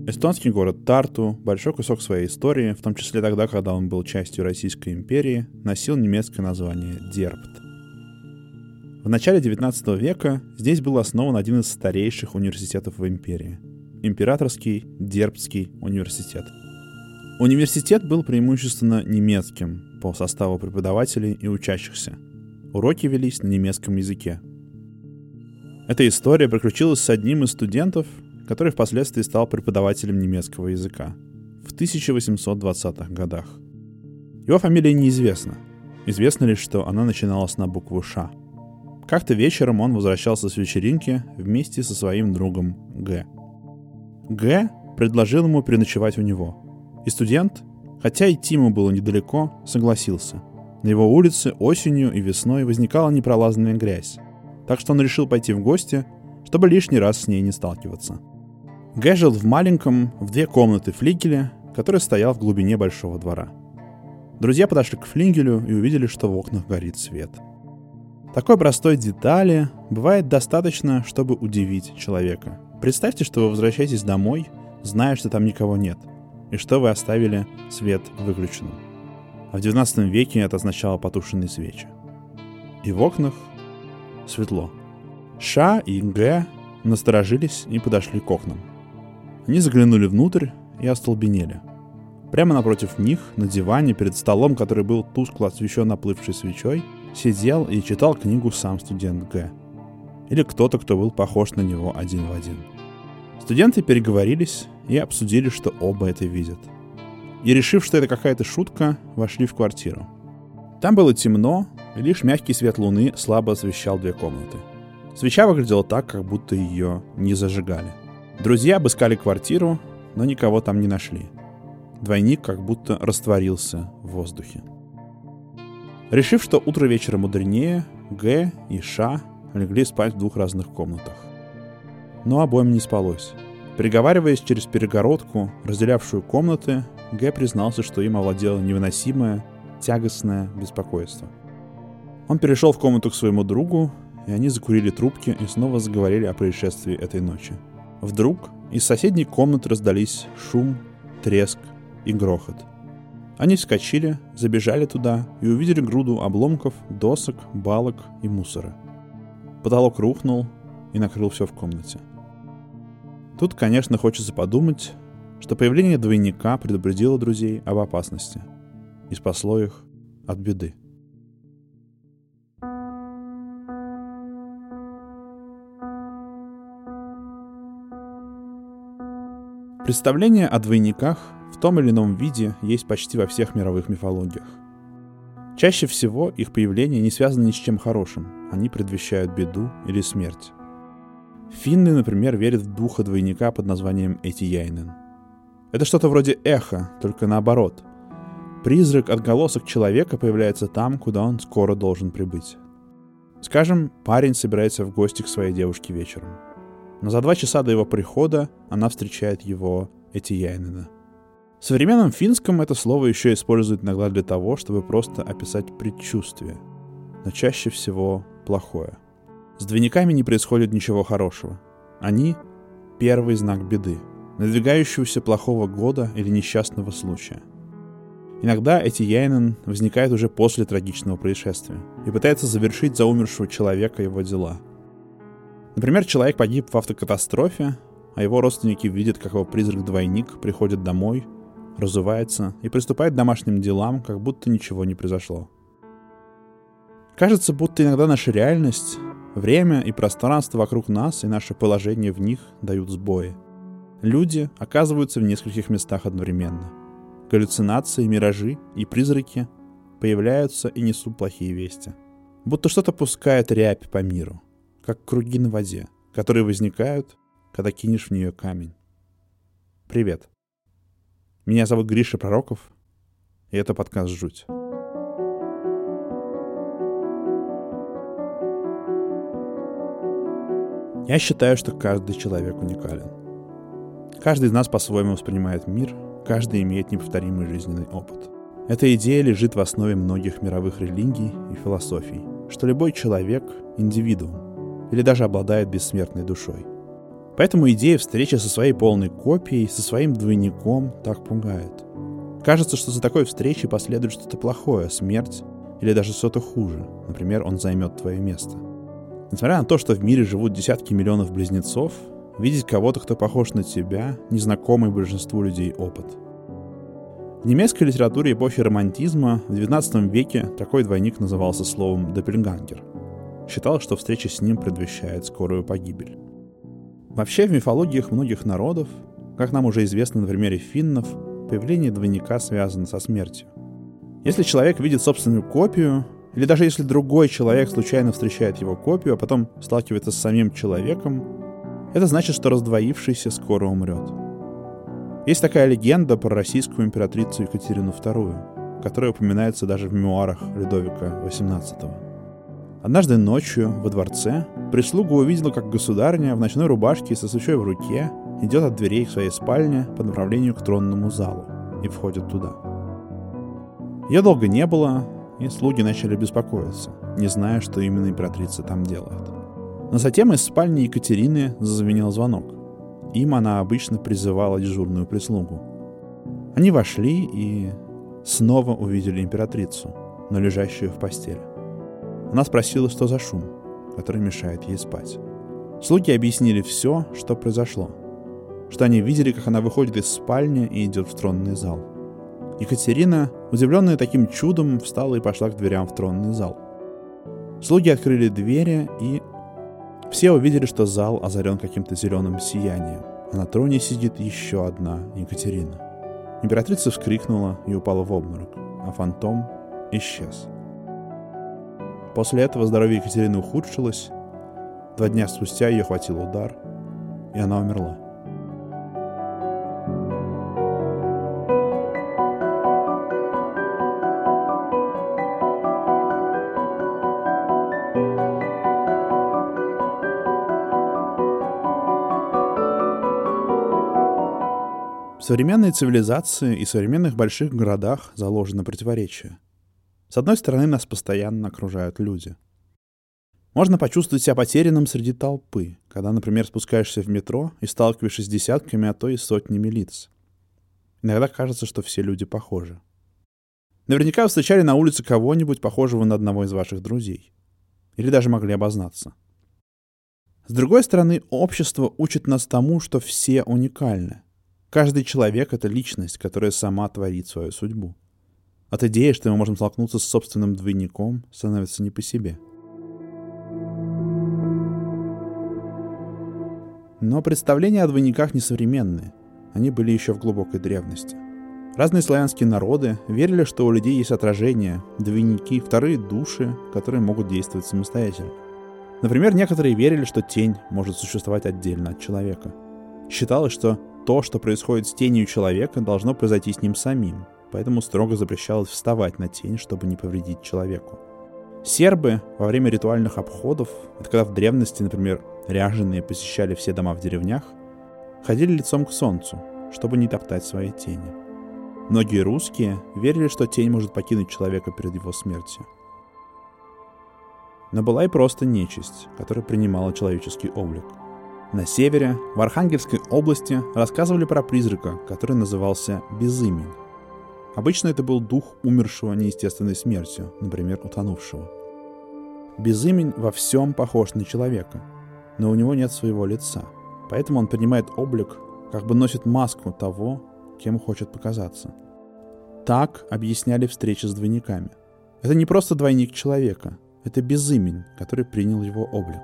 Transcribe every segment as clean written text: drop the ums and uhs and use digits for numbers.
Эстонский город Тарту большой кусок своей истории, в том числе тогда, когда он был частью Российской империи, носил немецкое название Дербт. В начале XIX века здесь был основан один из старейших университетов в империи – Императорский Дербтский университет. Университет был преимущественно немецким по составу преподавателей и учащихся. Уроки велись на немецком языке. Эта история приключилась с одним из студентов, который впоследствии стал преподавателем немецкого языка в 1820-х годах. Его фамилия неизвестна. Известно лишь, что она начиналась на букву «Ш». Как-то вечером он возвращался с вечеринки вместе со своим другом Г. Г предложил ему переночевать у него. И студент, хотя идти ему было недалеко, согласился. На его улице осенью и весной возникала непролазная грязь, так что он решил пойти в гости, чтобы лишний раз с ней не сталкиваться. Г жил в маленьком, в 2 комнаты флигеле, который стоял в глубине большого двора. Друзья подошли к флигелю и увидели, что в окнах горит свет. Такой простой детали бывает достаточно, чтобы удивить человека. Представьте, что вы возвращаетесь домой, зная, что там никого нет, и что вы оставили свет выключенным. А в XIX веке это означало потушенные свечи. И в окнах светло. Ша и Г насторожились и подошли к окнам. Они заглянули внутрь и остолбенели. Прямо напротив них, на диване, перед столом, который был тускло освещен оплывшей свечой, сидел и читал книгу сам студент Г. Или кто-то, кто был похож на него один в один. Студенты переговорились и обсудили, что оба это видят. И, решив, что это какая-то шутка, вошли в квартиру. Там было темно, и лишь мягкий свет луны слабо освещал 2 комнаты. Свеча выглядела так, как будто ее не зажигали. Друзья обыскали квартиру, но никого там не нашли. Двойник как будто растворился в воздухе. Решив, что утро вечера мудренее, Г и Ша легли спать в 2 разных комнатах. Но обоим не спалось. Переговариваясь через перегородку, разделявшую комнаты, Г признался, что им овладело невыносимое, тягостное беспокойство. Он перешел в комнату к своему другу, и они закурили трубки и снова заговорили о происшествии этой ночи. Вдруг из соседней комнаты раздались шум, треск и грохот. Они вскочили, забежали туда и увидели груду обломков, досок, балок и мусора. Потолок рухнул и накрыл все в комнате. Тут, конечно, хочется подумать, что появление двойника предупредило друзей об опасности и спасло их от беды. Представление о двойниках в том или ином виде есть почти во всех мировых мифологиях. Чаще всего их появление не связано ни с чем хорошим, они предвещают беду или смерть. Финны, например, верят в духа двойника под названием Этияйнен. Это что-то вроде эха, только наоборот. Призрак-отголосок человека появляется там, куда он скоро должен прибыть. Скажем, парень собирается в гости к своей девушке вечером. Но за 2 часа до его прихода она встречает его Этияйнена. В современном финском это слово еще используют иногда для того, чтобы просто описать предчувствие, но чаще всего плохое. С двойниками не происходит ничего хорошего. Они — первый знак беды, надвигающегося плохого года или несчастного случая. Иногда Этияйнен возникает уже после трагичного происшествия и пытается завершить за умершего человека его дела. Например, человек погиб в автокатастрофе, а его родственники видят, как его призрак-двойник приходит домой, разувается и приступает к домашним делам, как будто ничего не произошло. Кажется, будто иногда наша реальность, время и пространство вокруг нас и наше положение в них дают сбои. Люди оказываются в нескольких местах одновременно. Галлюцинации, миражи и призраки появляются и несут плохие вести. Будто что-то пускает рябь по миру, как круги на воде, которые возникают, когда кинешь в нее камень. Привет. Меня зовут Гриша Пророков, и это подкаст «Жуть». Я считаю, что каждый человек уникален. Каждый из нас по-своему воспринимает мир, каждый имеет неповторимый жизненный опыт. Эта идея лежит в основе многих мировых религий и философий, что любой человек — индивидуум, или даже обладает бессмертной душой. Поэтому идея встречи со своей полной копией, со своим двойником так пугает. Кажется, что за такой встречей последует что-то плохое, смерть или даже что-то хуже. Например, он займет твое место. Несмотря на то, что в мире живут десятки миллионов близнецов, видеть кого-то, кто похож на тебя, незнакомый большинству людей опыт. В немецкой литературе эпохи романтизма в XIX веке такой двойник назывался словом «доппельгангер». Считалось, что встреча с ним предвещает скорую погибель. Вообще, в мифологиях многих народов, как нам уже известно на примере финнов, появление двойника связано со смертью. Если человек видит собственную копию, или даже если другой человек случайно встречает его копию, а потом сталкивается с самим человеком, это значит, что раздвоившийся скоро умрет. Есть такая легенда про российскую императрицу Екатерину II, которая упоминается даже в мемуарах Людовика XVIII. Однажды ночью во дворце прислуга увидела, как государыня в ночной рубашке и со свечой в руке идет от дверей к своей спальне по направлению к тронному залу и входит туда. Ее долго не было, и слуги начали беспокоиться, не зная, что именно императрица там делает. Но затем из спальни Екатерины зазвенел звонок. Им она обычно призывала дежурную прислугу. Они вошли и снова увидели императрицу, но лежащую в постели. Она спросила, что за шум, который мешает ей спать. Слуги объяснили все, что произошло. Что они видели, как она выходит из спальни и идет в тронный зал. Екатерина, удивленная таким чудом, встала и пошла к дверям в тронный зал. Слуги открыли двери, и все увидели, что зал озарен каким-то зеленым сиянием, а на троне сидит еще одна Екатерина. Императрица вскрикнула и упала в обморок, а фантом исчез. После этого здоровье Екатерины ухудшилось. 2 дня спустя ее хватил удар, и она умерла. В современной цивилизации и современных больших городах заложено противоречие. С одной стороны, нас постоянно окружают люди. Можно почувствовать себя потерянным среди толпы, когда, например, спускаешься в метро и сталкиваешься с десятками, а то и сотнями лиц. Иногда кажется, что все люди похожи. Наверняка вы встречали на улице кого-нибудь, похожего на одного из ваших друзей. Или даже могли обознаться. С другой стороны, общество учит нас тому, что все уникальны. Каждый человек — это личность, которая сама творит свою судьбу. От идеи, что мы можем столкнуться с собственным двойником, становится не по себе. Но представления о двойниках несовременные. Они были еще в глубокой древности. Разные славянские народы верили, что у людей есть отражения, двойники, вторые души, которые могут действовать самостоятельно. Например, некоторые верили, что тень может существовать отдельно от человека. Считалось, что то, что происходит с тенью человека, должно произойти с ним самим, поэтому строго запрещалось вставать на тень, чтобы не повредить человеку. Сербы во время ритуальных обходов, это когда в древности, например, ряженые посещали все дома в деревнях, ходили лицом к солнцу, чтобы не топтать свои тени. Многие русские верили, что тень может покинуть человека перед его смертью. Но была и просто нечисть, которая принимала человеческий облик. На севере, в Архангельской области, рассказывали про призрака, который назывался Безымень. Обычно это был дух умершего неестественной смертью, например, утонувшего. Безымень во всем похож на человека, но у него нет своего лица, поэтому он принимает облик, как бы носит маску того, кем хочет показаться. Так объясняли встречи с двойниками. Это не просто двойник человека, это безымень, который принял его облик.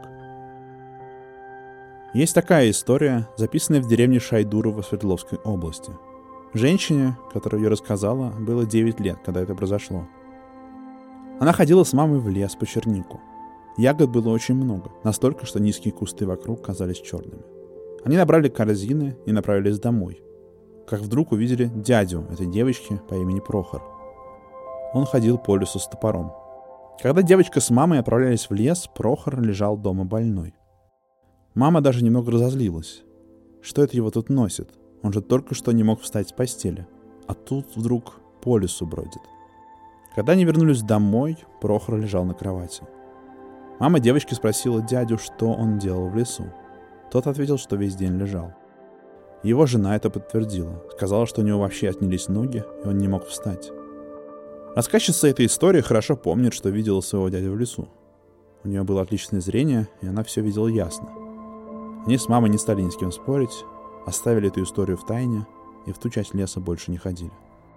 Есть такая история, записанная в деревне Шайдурово Свердловской области. Женщине, которая ее рассказала, было 9 лет, когда это произошло. Она ходила с мамой в лес по чернику. Ягод было очень много, настолько, что низкие кусты вокруг казались черными. Они набрали корзины и направились домой. Как вдруг увидели дядю этой девочки по имени Прохор. Он ходил по лесу с топором. Когда девочка с мамой отправлялись в лес, Прохор лежал дома больной. Мама даже немного разозлилась. Что это его тут носит? Он же только что не мог встать с постели. А тут вдруг по лесу бродит. Когда они вернулись домой, Прохор лежал на кровати. Мама девочки спросила дядю, что он делал в лесу. Тот ответил, что весь день лежал. Его жена это подтвердила, сказала, что у него вообще отнялись ноги, и он не мог встать. Рассказчица этой истории хорошо помнит, что видела своего дядю в лесу. У нее было отличное зрение, и она все видела ясно. Они с мамой не стали ни с кем спорить, оставили эту историю в тайне и в ту часть леса больше не ходили.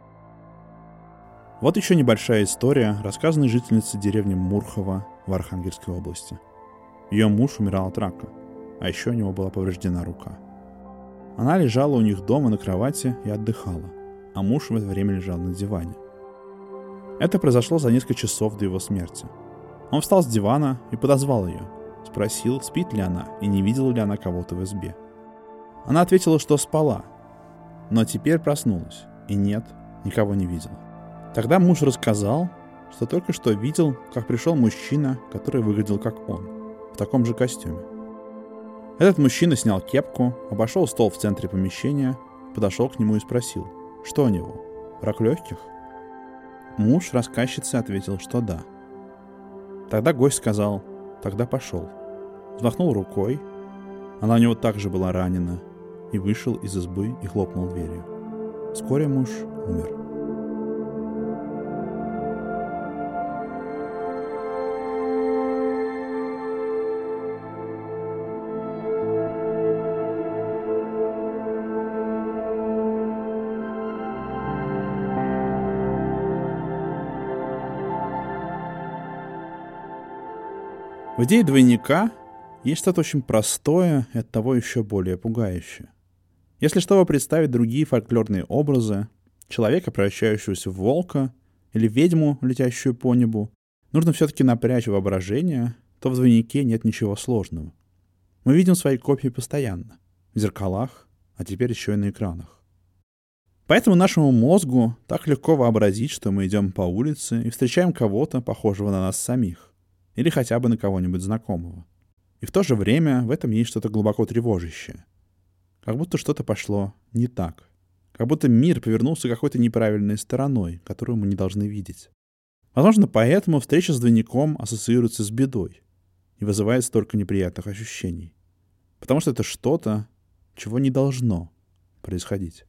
Вот еще небольшая история, рассказанная жительницей деревни Мурхово в Архангельской области. Ее муж умирал от рака, а еще у него была повреждена рука. Она лежала у них дома на кровати и отдыхала, а муж в это время лежал на диване. Это произошло за несколько часов до его смерти. Он встал с дивана и подозвал ее, спросил, спит ли она и не видела ли она кого-то в избе. Она ответила, что спала, но теперь проснулась, и нет, никого не видела. Тогда муж рассказал, что только что видел, как пришел мужчина, который выглядел как он, в таком же костюме. Этот мужчина снял кепку, обошел стол в центре помещения, подошел к нему и спросил, что у него, рак легких? Муж рассказчицы ответил, что да. Тогда гость сказал, тогда пошел. Взмахнул рукой, она у него также была ранена, и вышел из избы и хлопнул дверью. Вскоре муж умер. В идее двойника есть что-то очень простое и оттого еще более пугающее. Если чтобы представить другие фольклорные образы, человека, превращающегося в волка, или ведьму, летящую по небу, нужно все-таки напрячь воображение, то в двойнике нет ничего сложного. Мы видим свои копии постоянно, в зеркалах, а теперь еще и на экранах. Поэтому нашему мозгу так легко вообразить, что мы идем по улице и встречаем кого-то, похожего на нас самих, или хотя бы на кого-нибудь знакомого. И в то же время в этом есть что-то глубоко тревожащее. Как будто что-то пошло не так. Как будто мир повернулся какой-то неправильной стороной, которую мы не должны видеть. Возможно, поэтому встреча с двойником ассоциируется с бедой и вызывает столько неприятных ощущений. Потому что это что-то, чего не должно происходить.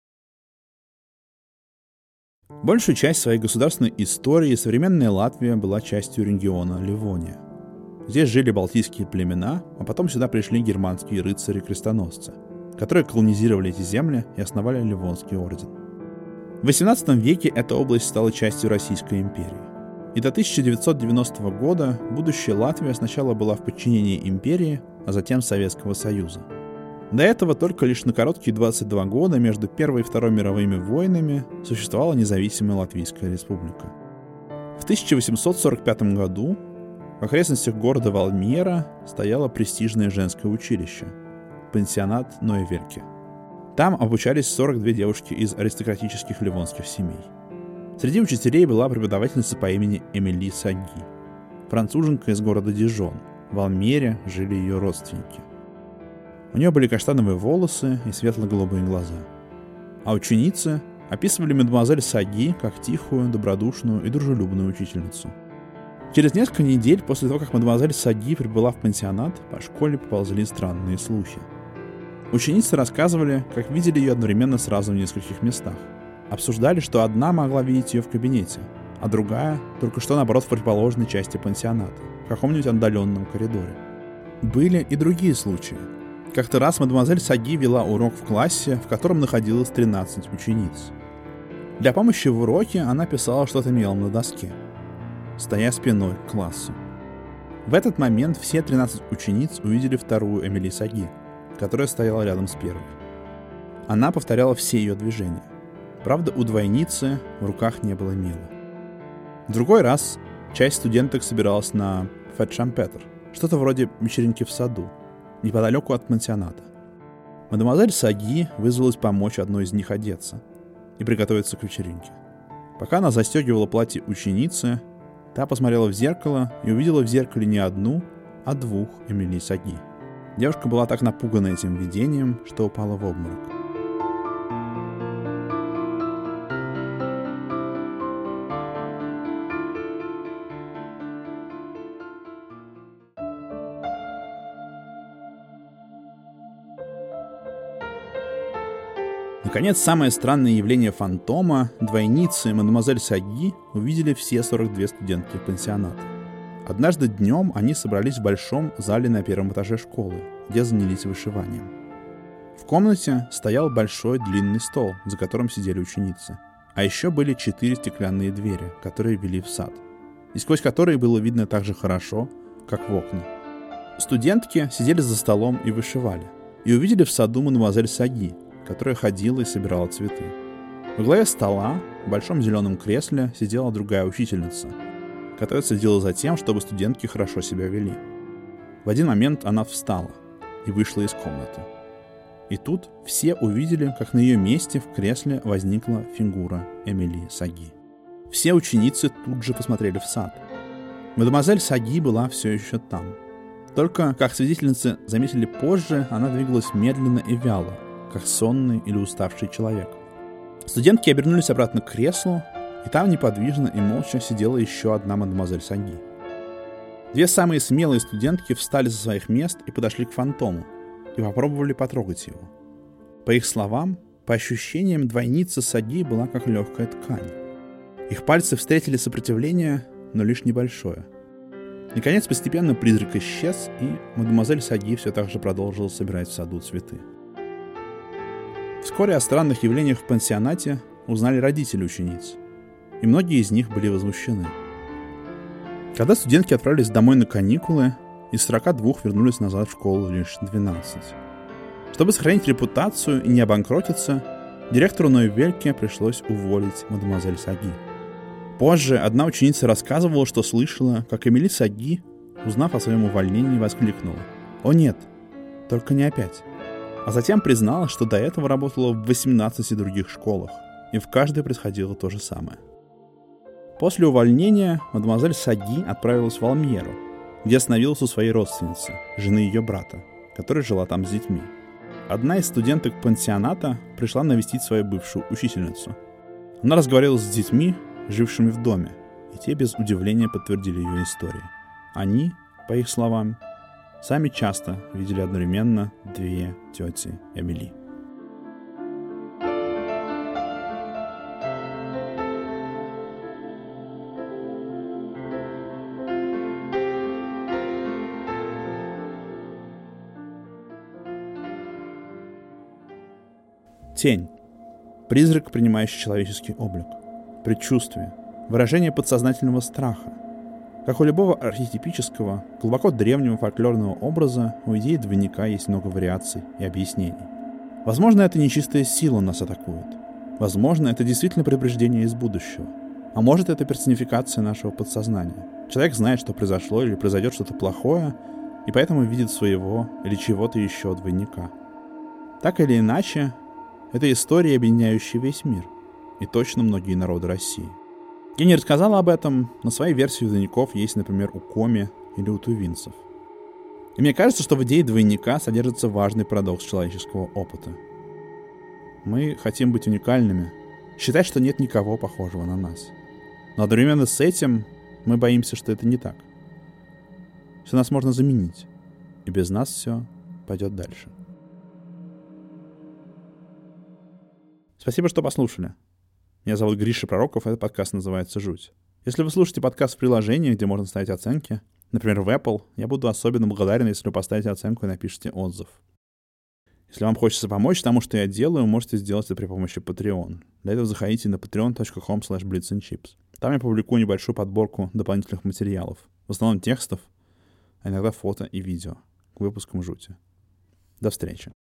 Большую часть своей государственной истории современная Латвия была частью региона Ливония. Здесь жили балтийские племена, а потом сюда пришли германские рыцари-крестоносцы, которые колонизировали эти земли и основали Ливонский орден. В XVIII веке эта область стала частью Российской империи. И до 1990 года будущая Латвия сначала была в подчинении империи, а затем Советского Союза. До этого только лишь на короткие 22 года между Первой и Второй мировыми войнами существовала независимая Латвийская республика. В 1845 году в окрестностях города Валмиера стояло престижное женское училище – пансионат Ноевельке. Там обучались 42 девушки из аристократических ливонских семей. Среди учителей была преподавательница по имени Эмили Саги, француженка из города Дижон. В Валмиере жили ее родственники. У нее были каштановые волосы и светло-голубые глаза. А ученицы описывали мадемуазель Саги как тихую, добродушную и дружелюбную учительницу. Через несколько недель после того, как мадемуазель Саги прибыла в пансионат, по школе поползли странные слухи. Ученицы рассказывали, как видели ее одновременно сразу в нескольких местах. Обсуждали, что одна могла видеть ее в кабинете, а другая только что, наоборот, в противоположной части пансионата, в каком-нибудь отдаленном коридоре. Были и другие случаи. Как-то раз мадемуазель Саги вела урок в классе, в котором находилось 13 учениц. Для помощи в уроке она писала что-то мелом на доске, стоя спиной к классу. В этот момент все 13 учениц увидели вторую Эмили Саги, которая стояла рядом с первой. Она повторяла все ее движения. Правда, у двойницы в руках не было мела. В другой раз часть студенток собиралась на Фетшампетер, что-то вроде вечеринки в саду, неподалеку от пансионата. Мадемуазель Саги вызвалась помочь одной из них одеться и приготовиться к вечеринке. Пока она застегивала платье ученицы, та посмотрела в зеркало и увидела в зеркале не одну, а двух Эмили Саги. Девушка была так напугана этим видением, что упала в обморок. Наконец, самое странное явление фантома, двойницы мадемуазель Саги, увидели все 42 студентки пансионата. Однажды днем они собрались в большом зале на первом этаже школы, где занялись вышиванием. В комнате стоял большой длинный стол, за которым сидели ученицы. А еще были 4 стеклянные двери, которые вели в сад, и сквозь которые было видно так же хорошо, как в окна. Студентки сидели за столом и вышивали, и увидели в саду мадемуазель Саги, которая ходила и собирала цветы. Во главе стола, в большом зеленом кресле, сидела другая учительница, которая следила за тем, чтобы студентки хорошо себя вели. В один момент она встала и вышла из комнаты. И тут все увидели, как на ее месте в кресле возникла фигура Эмили Саги. Все ученицы тут же посмотрели в сад. Мадемуазель Саги была все еще там. Только, как свидетельницы заметили позже, она двигалась медленно и вяло, как сонный или уставший человек. Студентки обернулись обратно к креслу, и там неподвижно и молча сидела еще одна мадемуазель Саги. 2 самые смелые студентки встали со своих мест и подошли к фантому, и попробовали потрогать его. По их словам, по ощущениям, двойница Саги была как легкая ткань. Их пальцы встретили сопротивление, но лишь небольшое. Наконец, постепенно призрак исчез, и мадемуазель Саги все так же продолжила собирать в саду цветы. Вскоре о странных явлениях в пансионате узнали родители учениц, и многие из них были возмущены. Когда студентки отправились домой на каникулы, из 42 вернулись назад в школу лишь 12. Чтобы сохранить репутацию и не обанкротиться, директору Нойвельке пришлось уволить мадемуазель Саги. Позже одна ученица рассказывала, что слышала, как Эмили Саги, узнав о своем увольнении, воскликнула: «О нет, только не опять!» А затем призналась, что до этого работала в 18 других школах, и в каждой происходило то же самое. После увольнения мадемуазель Саги отправилась в Альмьеру, где остановилась у своей родственницы, жены ее брата, которая жила там с детьми. Одна из студенток пансионата пришла навестить свою бывшую учительницу. Она разговаривала с детьми, жившими в доме, и те без удивления подтвердили ее истории. Они, по их словам, сами часто видели одновременно 2 тети Эмили. Тень. Призрак, принимающий человеческий облик. Предчувствие. Выражение подсознательного страха. Как у любого архетипического, глубоко древнего фольклорного образа, у идеи двойника есть много вариаций и объяснений. Возможно, это нечистая сила нас атакует. Возможно, это действительно предупреждение из будущего. А может, это персонификация нашего подсознания. Человек знает, что произошло или произойдет что-то плохое, и поэтому видит своего или чего-то еще двойника. Так или иначе, это история, объединяющая весь мир, и точно многие народы России. Я не рассказал об этом, но свои версии двойников есть, например, у Коми или у тувинцев. И мне кажется, что в идее двойника содержится важный парадокс человеческого опыта. Мы хотим быть уникальными, считать, что нет никого похожего на нас. Но одновременно с этим мы боимся, что это не так. Что нас можно заменить, и без нас все пойдет дальше. Спасибо, что послушали. Меня зовут Гриша Пророков, этот подкаст называется «Жуть». Если вы слушаете подкаст в приложении, где можно ставить оценки, например, в Apple, я буду особенно благодарен, если вы поставите оценку и напишите отзыв. Если вам хочется помочь тому, что я делаю, можете сделать это при помощи Patreon. Для этого заходите на patreon.com/blitzandchips. Там я публикую небольшую подборку дополнительных материалов, в основном текстов, а иногда фото и видео к выпускам «Жути». До встречи.